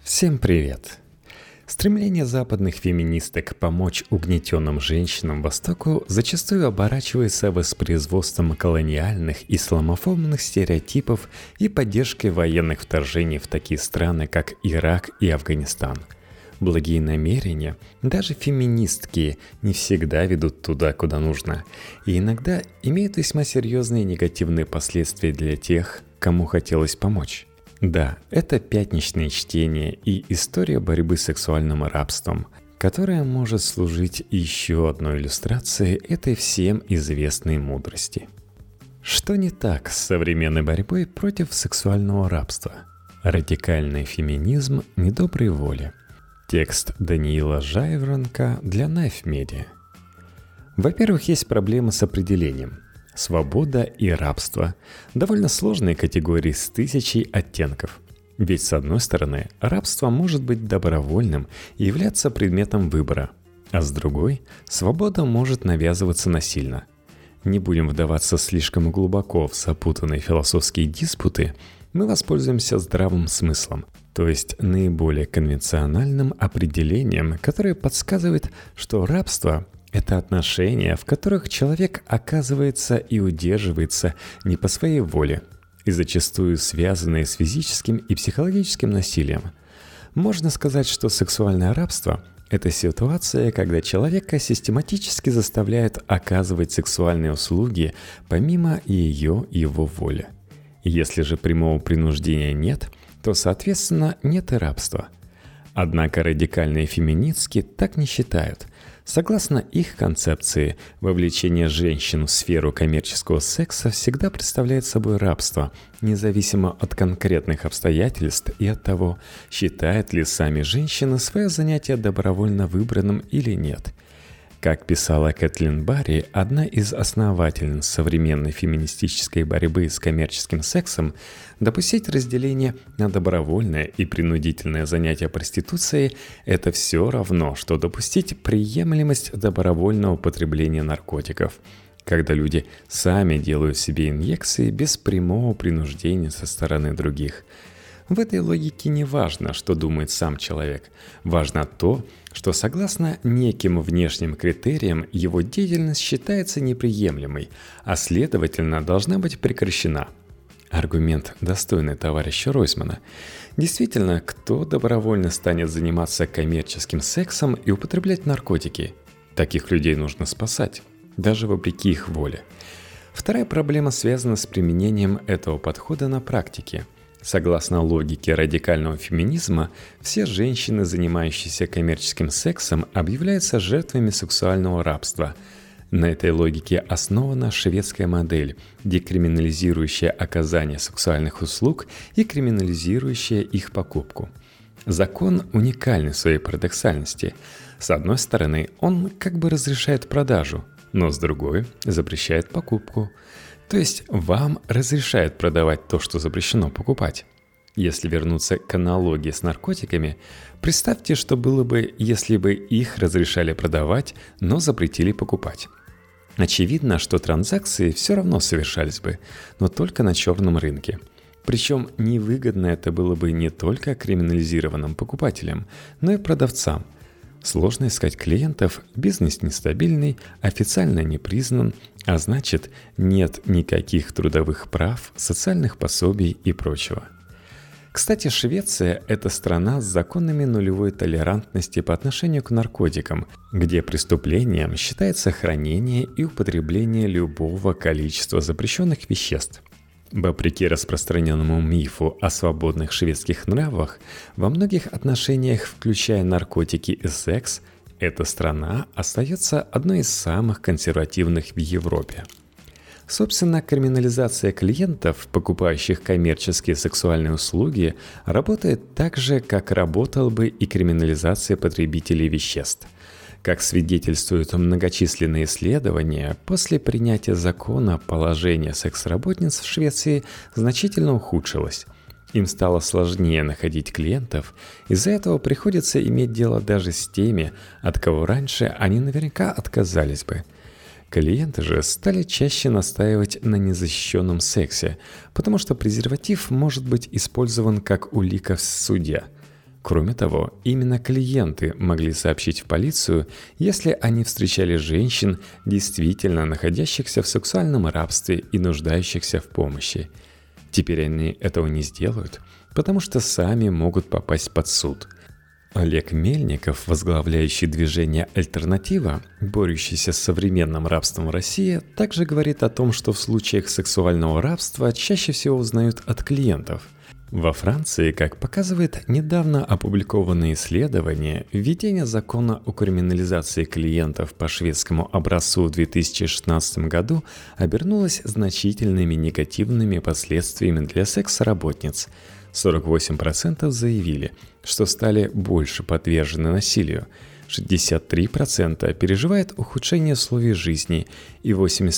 Всем привет! Стремление западных феминисток помочь угнетенным женщинам Востоку зачастую оборачивается воспроизводством колониальных исламофобных стереотипов и поддержкой военных вторжений в такие страны, как Ирак и Афганистан. Благие намерения, даже феминистки, не всегда ведут туда, куда нужно, и иногда имеют весьма серьезные негативные последствия для тех, кому хотелось помочь. Да, это пятничное чтение и история борьбы с сексуальным рабством, которая может служить еще одной иллюстрацией этой всем известной мудрости. Что не так с современной борьбой против сексуального рабства? Радикальный феминизм недоброй воли. Текст Даниила Жайворонка для Knife Media. Во-первых, есть проблема с определением. Свобода и рабство – довольно сложные категории с тысячей оттенков. Ведь, с одной стороны, рабство может быть добровольным и являться предметом выбора, а с другой – свобода может навязываться насильно. Не будем вдаваться слишком глубоко в запутанные философские диспуты, мы воспользуемся здравым смыслом, то есть наиболее конвенциональным определением, которое подсказывает, что рабство – это отношения, в которых человек оказывается и удерживается не по своей воле, и зачастую связанные с физическим и психологическим насилием. Можно сказать, что сексуальное рабство – это ситуация, когда человека систематически заставляют оказывать сексуальные услуги помимо его воли. Если же прямого принуждения нет, то, соответственно, нет и рабства. Однако радикальные феминистки так не считают. Согласно их концепции, вовлечение женщин в сферу коммерческого секса всегда представляет собой рабство, независимо от конкретных обстоятельств и от того, считают ли сами женщины свое занятие добровольно выбранным или нет. Как писала Кэтлин Барри, одна из основательниц современной феминистической борьбы с коммерческим сексом, допустить разделение на добровольное и принудительное занятие проституцией – это все равно, что допустить приемлемость добровольного потребления наркотиков, когда люди сами делают себе инъекции без прямого принуждения со стороны других. В этой логике не важно, что думает сам человек. Важно то, что согласно неким внешним критериям его деятельность считается неприемлемой, а следовательно должна быть прекращена. Аргумент, достойный товарища Ройсмана. Действительно, кто добровольно станет заниматься коммерческим сексом и употреблять наркотики? Таких людей нужно спасать, даже вопреки их воле. Вторая проблема связана с применением этого подхода на практике. Согласно логике радикального феминизма, все женщины, занимающиеся коммерческим сексом, объявляются жертвами сексуального рабства. На этой логике основана шведская модель, декриминализирующая оказание сексуальных услуг и криминализирующая их покупку. Закон уникальный в своей парадоксальности. С одной стороны, он как бы разрешает продажу, но с другой запрещает покупку. То есть вам разрешают продавать то, что запрещено покупать. Если вернуться к аналогии с наркотиками, представьте, что было бы, если бы их разрешали продавать, но запретили покупать. Очевидно, что транзакции все равно совершались бы, но только на черном рынке. Причем невыгодно это было бы не только криминализированным покупателям, но и продавцам. Сложно искать клиентов, бизнес нестабильный, официально не признан, а значит, нет никаких трудовых прав, социальных пособий и прочего. Кстати, Швеция – это страна с законами нулевой толерантности по отношению к наркотикам, где преступлением считается хранение и употребление любого количества запрещенных веществ. Вопреки распространенному мифу о свободных шведских нравах, во многих отношениях, включая наркотики и секс, эта страна остается одной из самых консервативных в Европе. Собственно, криминализация клиентов, покупающих коммерческие сексуальные услуги, работает так же, как работала бы и криминализация потребителей веществ. Как свидетельствуют многочисленные исследования, после принятия закона положение секс-работниц в Швеции значительно ухудшилось. Им стало сложнее находить клиентов, из-за этого приходится иметь дело даже с теми, от кого раньше они наверняка отказались бы. Клиенты же стали чаще настаивать на незащищенном сексе, потому что презерватив может быть использован как улика в суде. Кроме того, именно клиенты могли сообщить в полицию, если они встречали женщин, действительно находящихся в сексуальном рабстве и нуждающихся в помощи. Теперь они этого не сделают, потому что сами могут попасть под суд. Олег Мельников, возглавляющий движение «Альтернатива», борющийся с современным рабством в России, также говорит о том, что в случаях сексуального рабства чаще всего узнают от клиентов. Во Франции, как показывает недавно опубликованное исследование, введение закона о криминализации клиентов по шведскому образцу в 2016 году обернулось значительными негативными последствиями для секс-работниц. 48% заявили, что стали больше подвержены насилию, 63% переживают ухудшение условий жизни и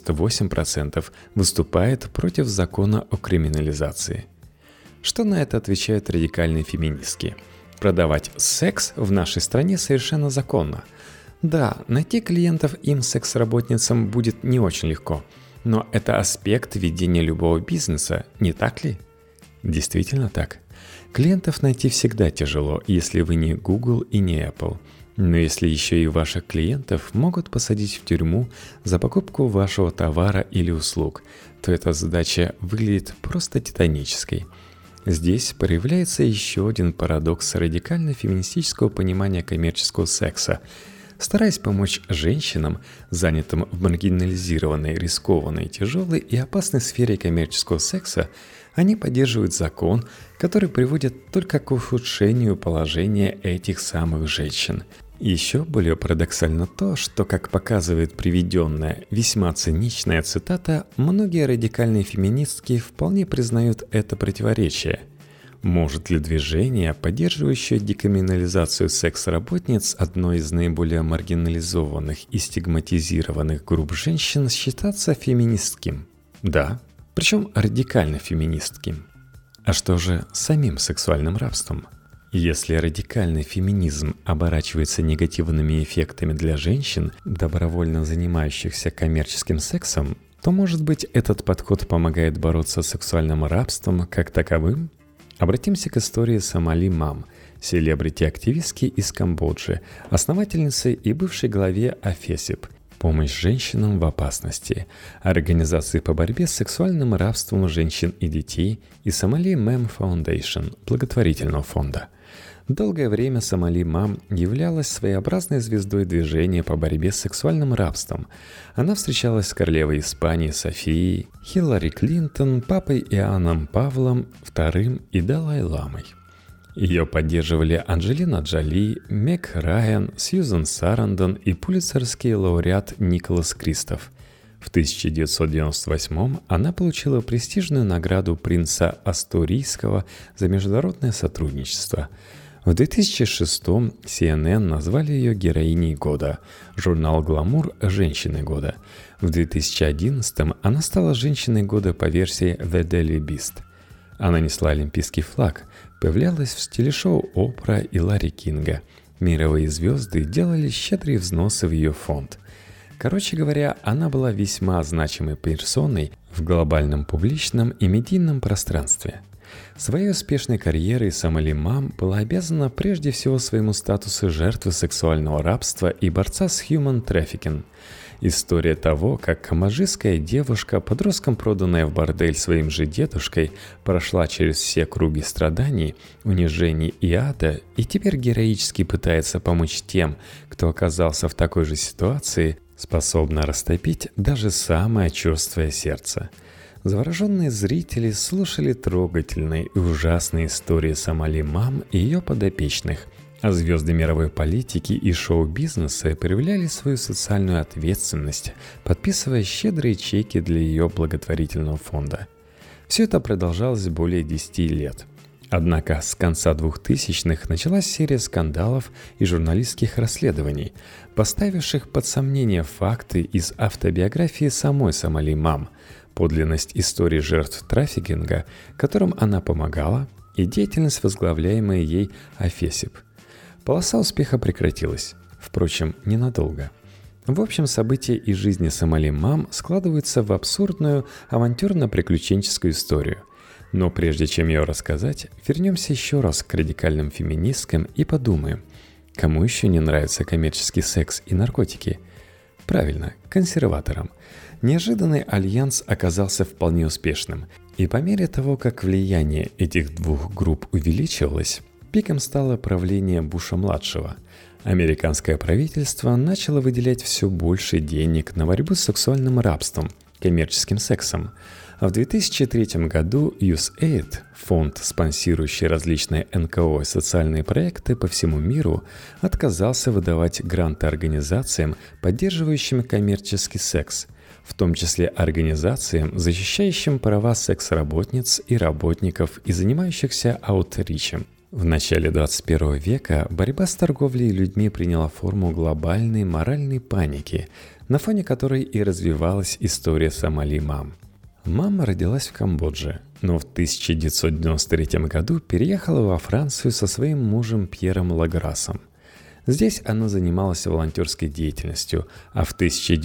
88% выступают против закона о криминализации. Что на это отвечают радикальные феминистки? Продавать секс в нашей стране совершенно законно. Да, найти клиентов им, секс-работницам, будет не очень легко, но это аспект ведения любого бизнеса, не так ли? Действительно так. Клиентов найти всегда тяжело, если вы не Google и не Apple. Но если еще и ваших клиентов могут посадить в тюрьму за покупку вашего товара или услуг, то эта задача выглядит просто титанической. Здесь проявляется еще один парадокс радикально-феминистического понимания коммерческого секса. Стараясь помочь женщинам, занятым в маргинализированной, рискованной, тяжелой и опасной сфере коммерческого секса, они поддерживают закон, который приводит только к ухудшению положения этих самых женщин. Еще более парадоксально то, что, как показывает приведенная весьма циничная цитата, многие радикальные феминистки вполне признают это противоречие. Может ли движение, поддерживающее декриминализацию секс-работниц, одной из наиболее маргинализованных и стигматизированных групп женщин, считаться феминистским? Да, причем радикально феминистским. А что же с самим сексуальным рабством? Если радикальный феминизм оборачивается негативными эффектами для женщин, добровольно занимающихся коммерческим сексом, то, может быть, этот подход помогает бороться с сексуальным рабством как таковым? Обратимся к истории Сомали Мам, селебрити-активистки из Камбоджи, основательницы и бывшей главе АФЕСИП «Помощь женщинам в опасности», организации по борьбе с сексуальным рабством женщин и детей, и Somali Mem Foundation, благотворительного фонда. Долгое время Сомали Мам являлась своеобразной звездой движения по борьбе с сексуальным рабством. Она встречалась с королевой Испании Софией, Хиллари Клинтон, папой Иоанном Павлом II и Далай-ламой. Ее поддерживали Анджелина Джоли, Мег Райан, Сьюзан Сарандон и пулитцеровский лауреат Николас Кристоф. В 1998 она получила престижную награду принца Астурийского за международное сотрудничество. В 2006 CNN назвали ее героиней года, журнал «Гламур» – «Женщиной года». В 2011 она стала женщиной года по версии The Daily Beast. Она несла олимпийский флаг, появлялась в телешоу Опра и Ларри Кинга. Мировые звезды делали щедрые взносы в ее фонд. Короче говоря, она была весьма значимой персоной в глобальном публичном и медийном пространстве. Своей успешной карьерой Сомали Мам была обязана прежде всего своему статусу жертвы сексуального рабства и борца с human trafficking. История того, как камаджистская девушка, подростком проданная в бордель своим же дедушкой, прошла через все круги страданий, унижений и ада, и теперь героически пытается помочь тем, кто оказался в такой же ситуации, способна растопить даже самое черствое сердце. Завороженные зрители слушали трогательные и ужасные истории Сомали Мам и ее подопечных, а звезды мировой политики и шоу-бизнеса проявляли свою социальную ответственность, подписывая щедрые чеки для ее благотворительного фонда. Все это продолжалось более 10 лет. Однако с конца 2000-х началась серия скандалов и журналистских расследований, поставивших под сомнение факты из автобиографии самой Сомали Мам, подлинность истории жертв трафикинга, которым она помогала, и деятельность, возглавляемой ей АФЕСИП. Полоса успеха прекратилась, впрочем, ненадолго. В общем, события из жизни Сомали Мам складываются в абсурдную, авантюрно-приключенческую историю. Но прежде чем ее рассказать, вернемся еще раз к радикальным феминисткам и подумаем, кому еще не нравится коммерческий секс и наркотики? Правильно, консерваторам. Неожиданный альянс оказался вполне успешным, и по мере того, как влияние этих двух групп увеличивалось, пиком стало правление Буша-младшего. Американское правительство начало выделять все больше денег на борьбу с сексуальным рабством, коммерческим сексом. А в 2003 году USAID, фонд, спонсирующий различные НКО и социальные проекты по всему миру, отказался выдавать гранты организациям, поддерживающим коммерческий секс, в том числе организациям, защищающим права секс-работниц и работников и занимающихся аутричем. В начале 21 века борьба с торговлей людьми приняла форму глобальной моральной паники, на фоне которой и развивалась история Сомали Мам. Мама родилась в Камбодже, но в 1993 году переехала во Францию со своим мужем Пьером Лаграсом. Здесь она занималась волонтерской деятельностью, а в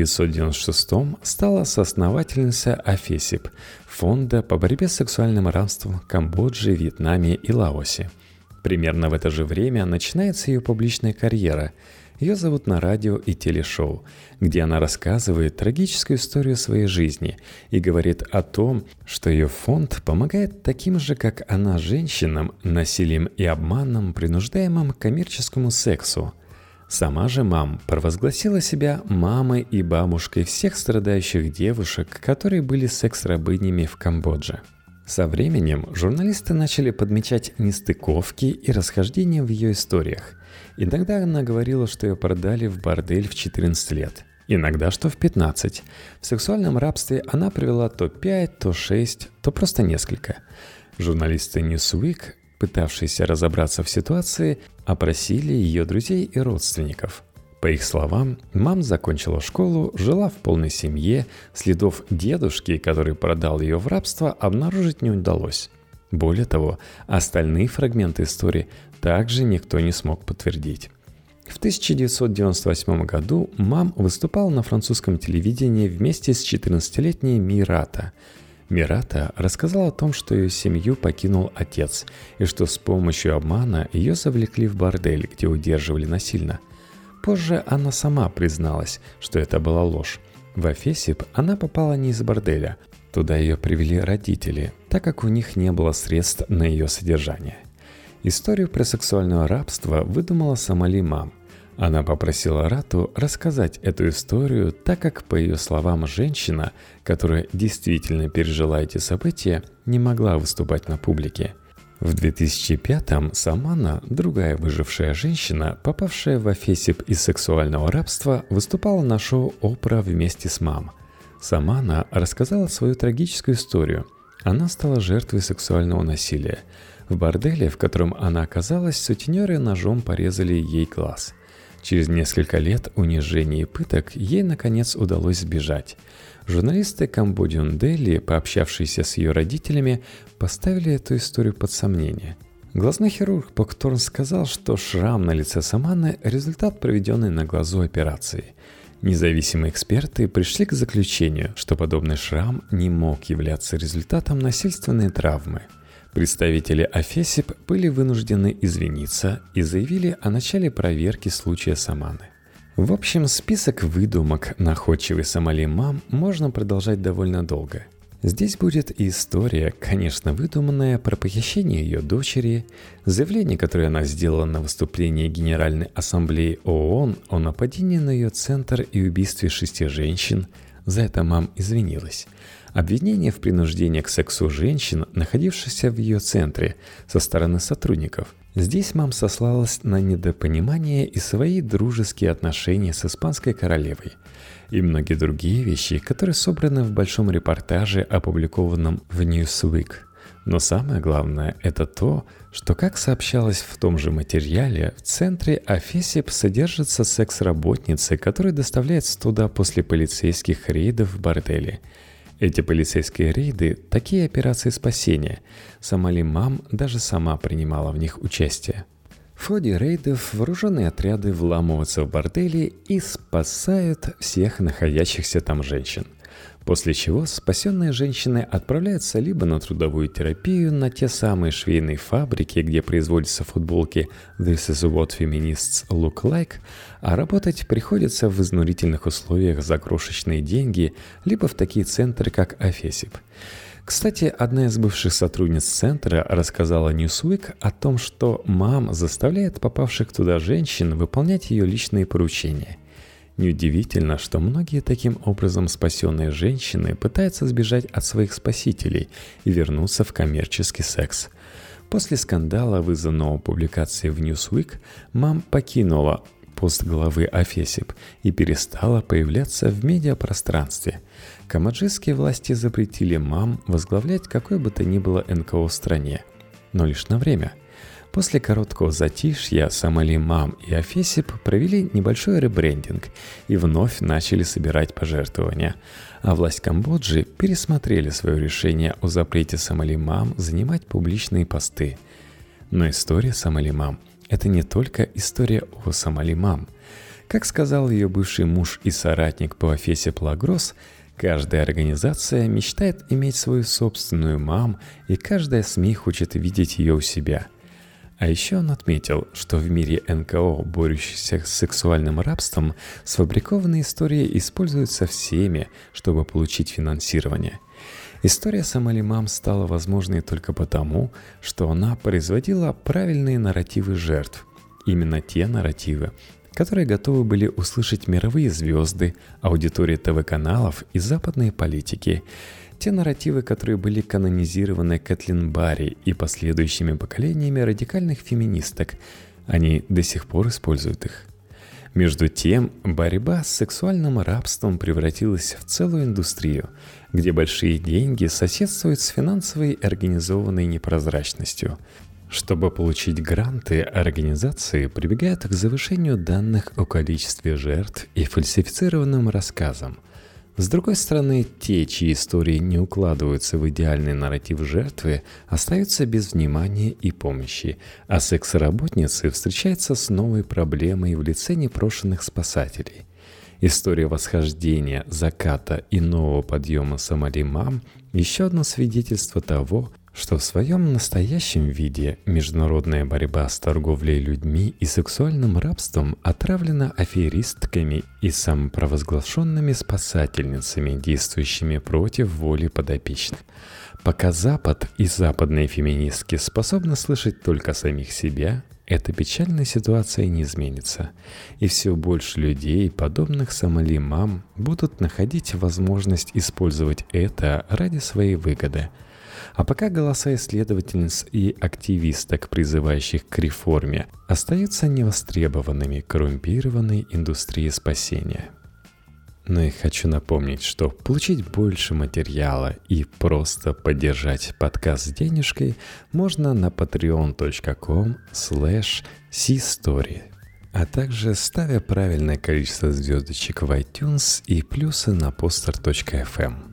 1996 стала соосновательницей АФЕСИП – фонда по борьбе с сексуальным рабством в Камбодже, Вьетнаме и Лаосе. Примерно в это же время начинается ее публичная карьера. Ее зовут на радио и телешоу, где она рассказывает трагическую историю своей жизни и говорит о том, что ее фонд помогает таким же, как она, женщинам, насилием и обманом, принуждаемым к коммерческому сексу. Сама же Мам провозгласила себя мамой и бабушкой всех страдающих девушек, которые были секс-рабынями в Камбодже. Со временем журналисты начали подмечать нестыковки и расхождения в ее историях. Иногда она говорила, что ее продали в бордель в 14 лет, иногда, что в 15. В сексуальном рабстве она провела то 5, то 6, то просто несколько. Журналисты Newsweek, пытавшиеся разобраться в ситуации, опросили ее друзей и родственников. По их словам, Мам закончила школу, жила в полной семье, следов дедушки, который продал ее в рабство, обнаружить не удалось. Более того, остальные фрагменты истории также никто не смог подтвердить. В 1998 году Мам выступала на французском телевидении вместе с 14-летней Мирата. Мирата рассказала о том, что ее семью покинул отец, и что с помощью обмана ее завлекли в бордель, где удерживали насильно. Позже она сама призналась, что это была ложь. В АФЕСИП она попала не из борделя. Туда ее привели родители, так как у них не было средств на ее содержание. Историю про сексуальное рабство выдумала Сомали Мам. Она попросила Рату рассказать эту историю, так как, по ее словам, женщина, которая действительно пережила эти события, не могла выступать на публике. В 2005-м Самана, другая выжившая женщина, попавшая в АФЕСИП из сексуального рабства, выступала на шоу «Опра» вместе с Мам. Самана рассказала свою трагическую историю. Она стала жертвой сексуального насилия. В борделе, в котором она оказалась, сутенеры ножом порезали ей глаз. Через несколько лет унижений и пыток ей, наконец, удалось сбежать. Журналисты Cambodian Daily, пообщавшиеся с ее родителями, поставили эту историю под сомнение. Глазной хирург Покторн сказал, что шрам на лице Саманы – результат проведенной на глазу операции. Независимые эксперты пришли к заключению, что подобный шрам не мог являться результатом насильственной травмы. Представители АФЕСИП были вынуждены извиниться и заявили о начале проверки случая Саманы. В общем, список выдумок находчивой Сомали Мам можно продолжать довольно долго. Здесь будет и история, конечно, выдуманная, про похищение ее дочери, заявление, которое она сделала на выступлении Генеральной Ассамблеи ООН о нападении на ее центр и убийстве 6 женщин. За это Мам извинилась. Обвинение в принуждении к сексу женщин, находившихся в ее центре, со стороны сотрудников. Здесь Мам сослалась на недопонимание и свои дружеские отношения с испанской королевой. И многие другие вещи, которые собраны в большом репортаже, опубликованном в Newsweek. Но самое главное – это то, что, как сообщалось в том же материале, в центре АФЕСИП содержатся секс-работницы, которые доставляются туда после полицейских рейдов в борделе. Эти полицейские рейды – такие операции спасения. Сомали Мам даже сама принимала в них участие. В ходе рейдов вооруженные отряды вламываются в бордели и спасают всех находящихся там женщин. После чего спасенные женщины отправляются либо на трудовую терапию на те самые швейные фабрики, где производятся футболки «This is what feminists look like», а работать приходится в изнурительных условиях за крошечные деньги, либо в такие центры, как Афесип. Кстати, одна из бывших сотрудниц центра рассказала Newsweek о том, что мам заставляет попавших туда женщин выполнять ее личные поручения. Неудивительно, что многие таким образом спасенные женщины пытаются сбежать от своих спасителей и вернуться в коммерческий секс. После скандала, вызванного публикацией в Newsweek, мам покинула пост главы Афесип и перестала появляться в медиапространстве. Камбоджийские власти запретили мам возглавлять какой бы то ни было НКО в стране, но лишь на время. После короткого затишья Сомали Мам и Афесип провели небольшой ребрендинг и вновь начали собирать пожертвования. А власть Камбоджи пересмотрели свое решение о запрете Сомали Мам занимать публичные посты. Но история Сомали Мам – это не только история о Сомали Мам. Как сказал ее бывший муж и соратник по Афесип Лагрос, каждая организация мечтает иметь свою собственную мам, и каждая СМИ хочет видеть ее у себя. А еще он отметил, что в мире НКО, борющихся с сексуальным рабством, сфабрикованные истории используются всеми, чтобы получить финансирование. История Сомали Мам стала возможной только потому, что она производила правильные нарративы жертв. Именно те нарративы, которые готовы были услышать мировые звезды, аудитории ТВ-каналов и западные политики. Те нарративы, которые были канонизированы Кэтлин Барри и последующими поколениями радикальных феминисток, они до сих пор используют их. Между тем, борьба с сексуальным рабством превратилась в целую индустрию, где большие деньги соседствуют с финансовой организованной непрозрачностью. Чтобы получить гранты, организации прибегают к завышению данных о количестве жертв и фальсифицированным рассказам. С другой стороны, те, чьи истории не укладываются в идеальный нарратив жертвы, остаются без внимания и помощи, а секс-работницы встречаются с новой проблемой в лице непрошенных спасателей. История восхождения, заката и нового подъема Сомали Мам – еще одно свидетельство того, что в своем настоящем виде международная борьба с торговлей людьми и сексуальным рабством отравлена аферистками и самопровозглашенными спасательницами, действующими против воли подопечных. Пока Запад и западные феминистки способны слышать только самих себя, эта печальная ситуация не изменится. И все больше людей, подобных Сомали Мам, будут находить возможность использовать это ради своей выгоды. А пока голоса исследовательниц и активисток, призывающих к реформе, остаются невостребованными коррумпированной индустрии спасения. Но и хочу напомнить, что получить больше материала и просто поддержать подкаст с денежкой можно на patreon.com/cstory, а также ставя правильное количество звездочек в iTunes и плюсы на poster.fm.